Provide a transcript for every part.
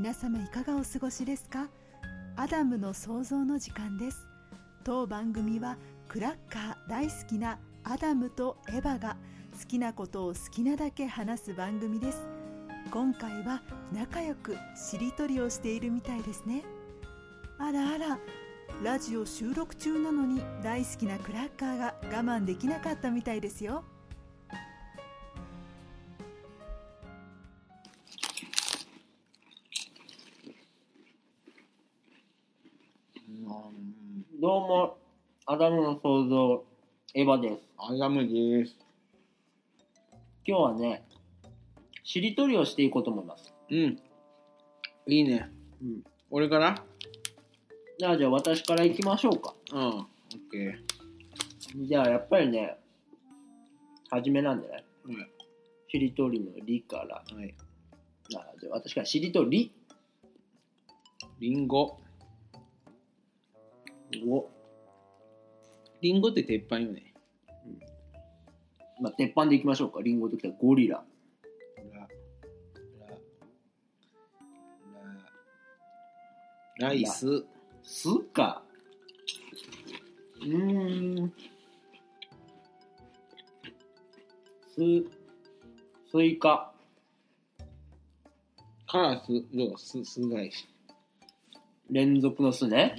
皆様いかがお過ごしですか？アダムの創造の時間です。当番組はクラッカー大好きなアダムとエバが好きなことを好きなだけ話す番組です。今回は仲良くしりとりをしているみたいですね。あらあら、ラジオ収録中なのに大好きなクラッカーが我慢できなかったみたいですよ。 どうも、アダムの創造、エヴァです。 アダムです。 今日はね、しりとりをしていこうと思います。 うん。いいね。俺からじゃあ私から行きましょうか。 オッケー。 じゃあやっぱりね、初めなんでね、 はい。 しりとりのりから。 はい。 じゃあ私からしりとり。 リンゴ。 お。 リンゴって鉄板よね。 まあ、鉄板でいきましょうか。リンゴときたらゴリラ。 ライス。 すか。スイカ。 カラス。すがいし。 連続のすね。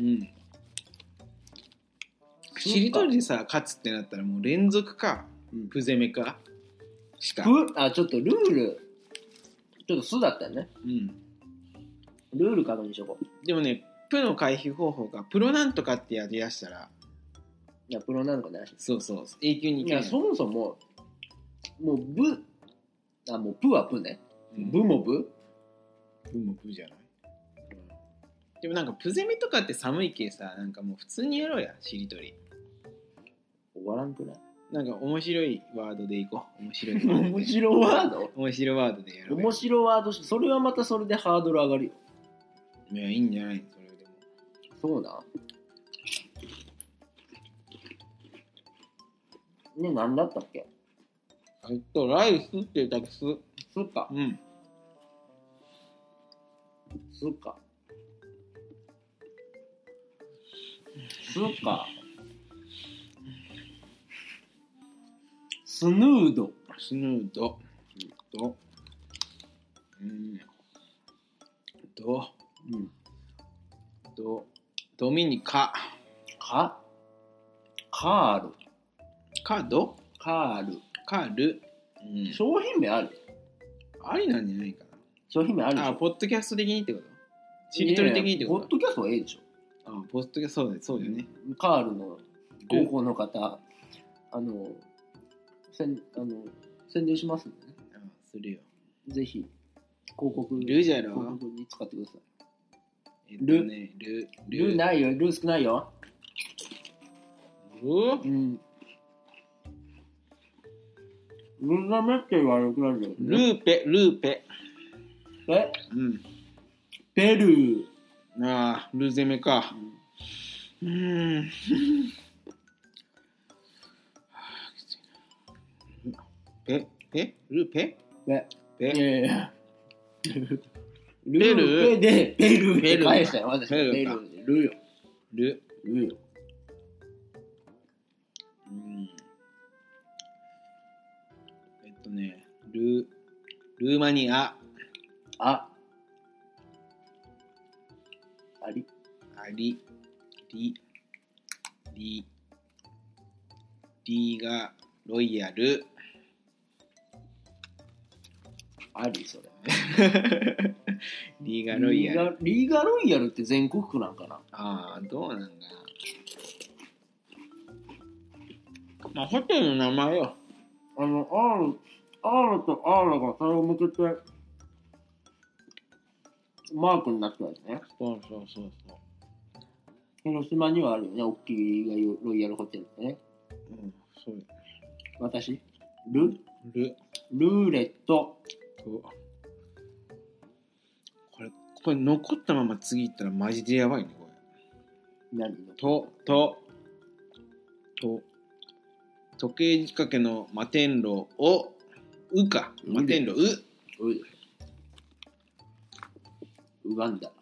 しりとりでさ、勝つってなったらもう連続か、プ攻めかしか。 ちょっとルール、ちょっとすだったよね。ルール確認しとこう。 でもね、プの回避方法がプロなんとかってやりだしたら、 いや、プロなのかなし。 そう、永久にいけない。 いや、そもそも、もうもうプはプね。ブもブプもプじゃない。でもなんかプ攻めとかって寒いけさ、なんかもう普通にやろうや、しりとり。 終わらんくない？ なんか面白いワードでいこう。面白い面白ワード？ 面白ワードでやろう。 面白ワード、それはまたそれでハードル上がるよ。 いや、いいんじゃないそれでも。 そうな。ね、何だったっけ？ ライスって言ったらすか。すか。スヌード。 ドミニカ。 カール。 カール。 商品名ある？ ありなんじゃないかな。 商品名あるでしょ？ ポッドキャスト的にってこと？しりとり的にってこと？ ポッドキャストはええでしょ？ ポッドキャストそうだよね。 カールの広報の方、宣伝しますんでね。 するよ。 ぜひ広告ルじゃろ。 広告に使ってください。 ルないよ。ル少ないよ。ルがめって言われるくらいだよね。 ルーペ。 ペルー。 ル攻めか。ルペルでペルーって返したよ。私ペルーでルよ。ルよ。 ルーマニア。 アリがロイヤル。 ありそれ。 リーガロイヤル。 リーガロイヤルって全国区なんかな？ どうなんだ。まあホテルの名前よ。 R と R がそれを向けてマークになってるやつね。 そう。 広島にはあるよね、大きいロイヤルホテルってね。 そうよ。 私ルーレット。 これ残ったまま次行ったらマジでやばいねこれ。 何？ 時計仕掛けの摩天楼を摩天楼ウガンダ。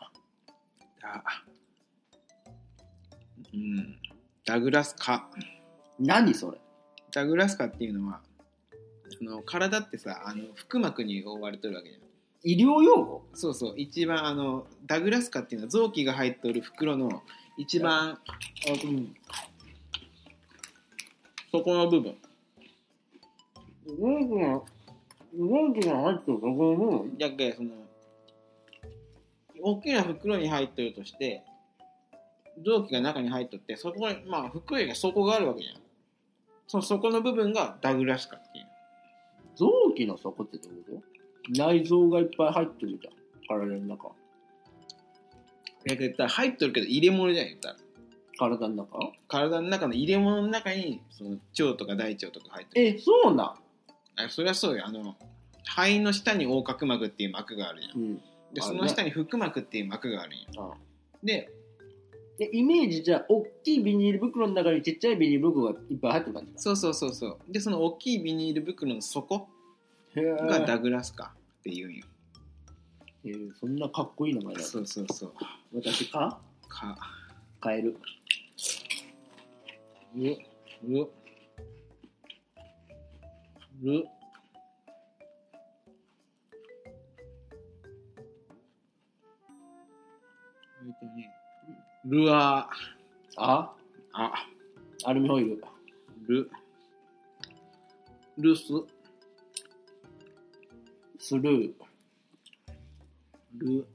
ダグラス科。 何それ。 ダグラス科っていうのは体ってさ腹膜に覆われてるわけじゃん。 医療用語。 そうそう、一番ダグラス科っていうのは臓器が入っておる袋の一番そこの部分。 臓器が入ってるそこの部分。 じゃけ大きな袋に入ってるとして臓器が中に入っとってそこに袋に底があるわけじゃん。そこの部分がダグラス科っていう。 臓器の底ってどういうこと？内臓がいっぱい入ってるじゃん、体の中。 言ったら入ってるけど入れ物じゃん、言ったら。 体の中？ 体の中の入れ物の中に腸とか大腸とか入ってる。 そうなん？ そりゃそうよ。肺の下に横隔膜っていう膜があるじゃん。でその下に腹膜っていう膜があるんよ。でイメージじゃ大きいビニール袋の中にちっちゃいビニール袋がいっぱい入ってる感じか。 そうでその大きいビニール袋の底がダグラス科っていうんよ。 そんなかっこいい名前だ。 そう私カエル。 ルアー。 アルミホイル。 ルス。 スルー。 ル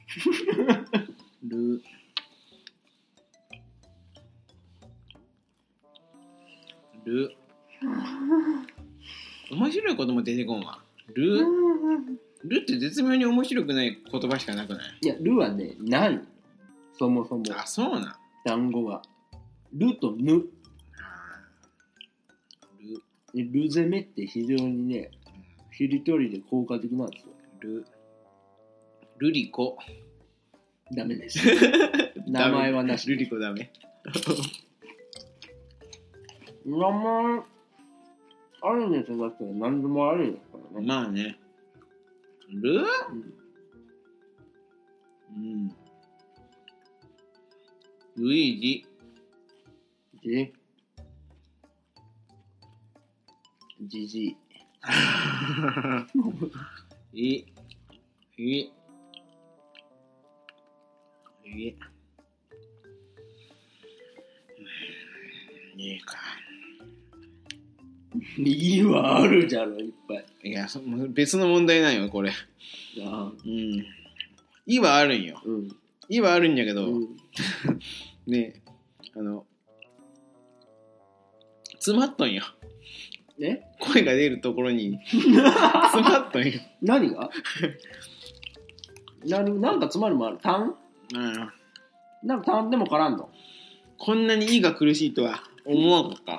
面白いことも出てこんわ。ルって絶妙に面白くない言葉しかなくない？ いや、ルはね、ないそもそも。 そうなん。 単語がルとヌ。ル攻めって非常にね、しりとりで効果的なんですよ。 ルリコ。 ダメです。名前はなし。 ルリコダメ。 名前あるんですよ。だって何でもあるんですからね。 まあね。ルイージ。 ジジイ。いいか。 右はあるじゃろ、いっぱい。 いや、別の問題なんよ、これ。いはあるんよ。いはあるんやけど、ね、詰まっとんよ。声が出るところに詰まっとんよ。 何がなんか詰まるもある。単なんか単でも絡んの。 こんなにいが苦しいとは思わんかった。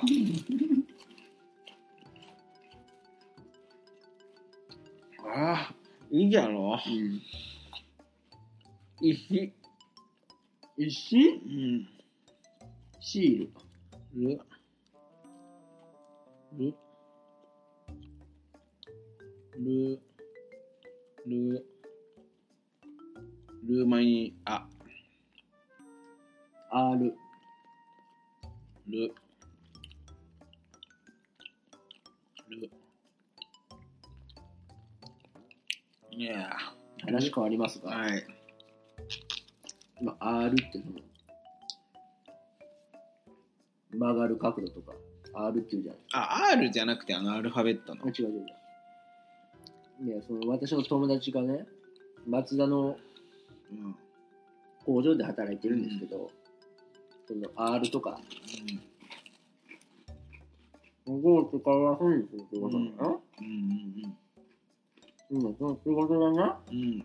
いいじゃろ。石。 シール。 ルーマニア。 R。 いや話変わりますが、 はい。 今 R って曲がる角度とか R っていうじゃないですか。 R じゃなくてアルファベットの。 違う。ね、私の友達がね、マツダの工場で働いてるんですけど、その R とか、すごい使いやすいんですよってことだよ。その仕事でね、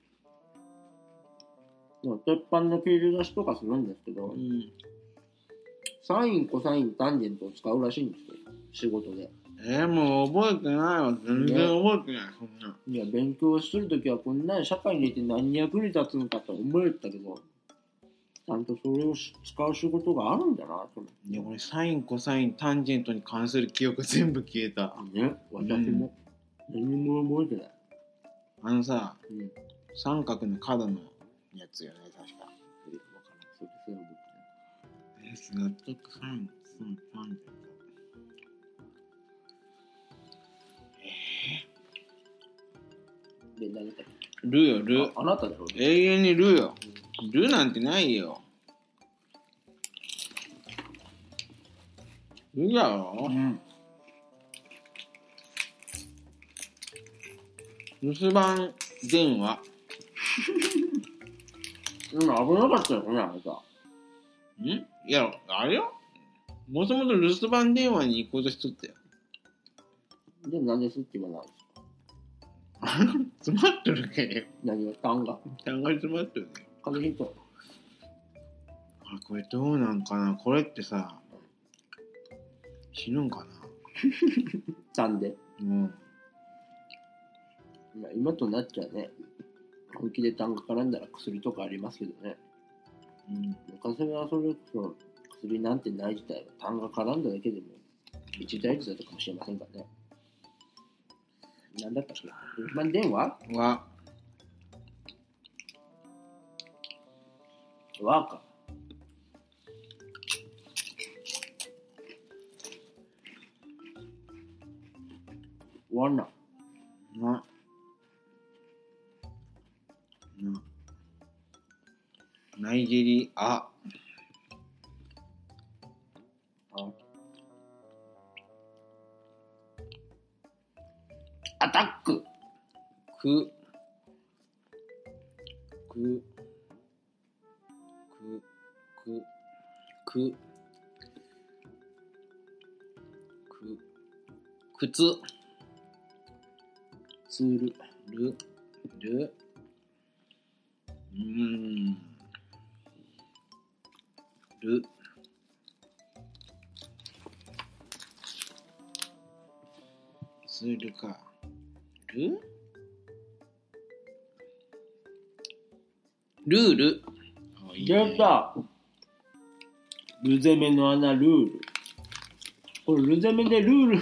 鉄板の切り出しとかするんですけど、サイン、コサイン、タンジェントを使うらしいんですよ、仕事で。 もう覚えてないわ。全然覚えてない、そんな。 いや、勉強するときはこんなに社会に出て何に役に立つのかと思えたけど、ちゃんとそれを使う仕事があるんだなと思って。 いや、俺サイン、コサイン、タンジェントに関する記憶全部消えた。 ね、私も何も覚えてない。 さ、 三角の角のやつよね、確か。 わからん。それ覚えてスナットックファンない。で、何か。 ルよ、ル。 あなただろうね。 永遠にルよ。ルなんてないよ。ルだろ、 うん。 留守番電話。 危なかったよね、あれさ。 いや、あれよ。もともと留守番電話に行こうとしとったよ。 じゃあなんですって言わないんですか？ 詰まっとるけど。 何が単が単が詰まっとるね。 風邪ひいたの？ これどうなんかな。これってさ、死ぬんかな。 単で。 うんまあ、今となっちゃね、本気で単が絡んだら薬とかありますけどね。昔はそれこそ薬なんてない自体は単が絡んだだけでも一大事だったかもしれませんからね。なんだったっけ？留守番電話？わか。わな。 ナイジェリア。 アタック。 くつツール。 るツールか。ルール。 出た。ルゼメの穴ルール。これルゼメでルール。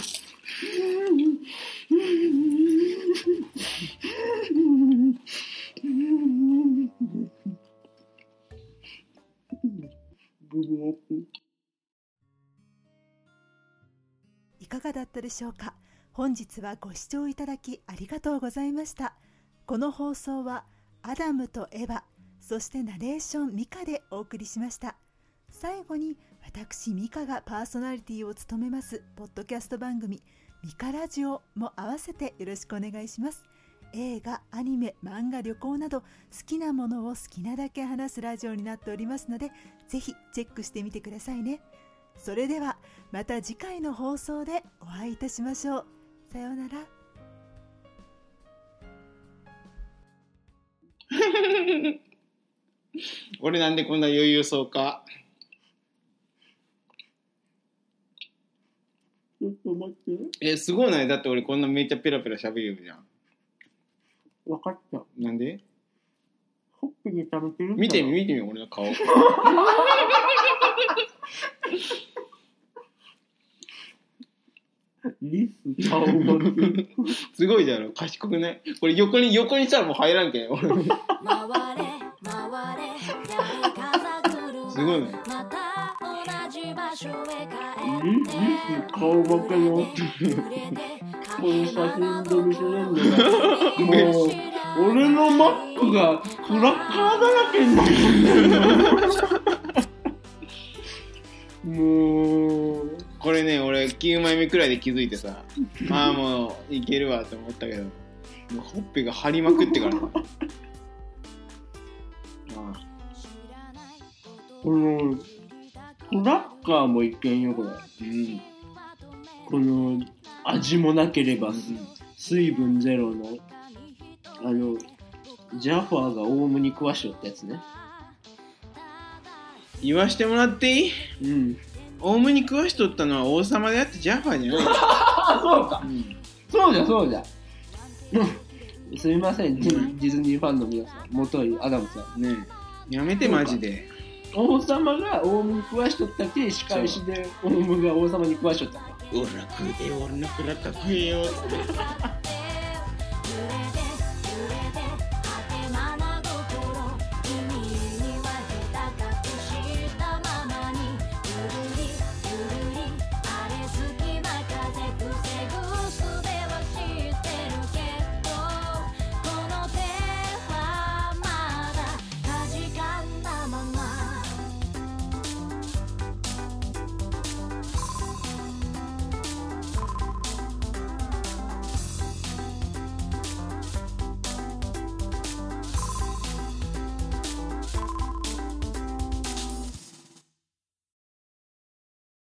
いかがだったでしょうか。本日はご視聴いただきありがとうございました。この放送はアダムとエヴァ、そしてナレーションミカでお送りしました。最後に私ミカがパーソナリティを務めますポッドキャスト番組ミカラジオも合わせてよろしくお願いします。映画、アニメ、漫画、旅行など好きなものを好きなだけ話すラジオになっておりますので、ぜひチェックしてみてくださいね。それではまた次回の放送でお会いいたしましょう。さようなら。 俺なんでこんな余裕そうか。 ちょっと待って。 すごいね。だって俺こんなめっちゃペラペラ喋るじゃん。 わかった。 なんで？ ほっぺに食べてるんだ。 見てみ俺の顔。 リス顔巻き。 すごいじゃろ。賢くない？これ横にしたらもう入らんけん。すごいね。 リス顔負けのこの写真で見せれんのがもう俺のマップがクラッカーだらけになってるもうこれね、俺9枚目くらいで気づいてさ、ああもういけるわって思ったけど、もうほっぺが張りまくってからさ。 このクラッカーもいけんよこれ。この味もなければ水分ゼロのジャファーがオウムに食わしよったやつね。 言わしてもらっていい？オウムに食わしとったのは王様であってジャファーじゃない。 そうか、そうじゃすみません、ディズニーファンの皆さん、元井アダムさんねえ、やめてマジで。 王様がオウムに食わしとったけ仕返しでオウムが王様に食わしとったんだ。 俺の食えよ、俺のクラッカー食えよって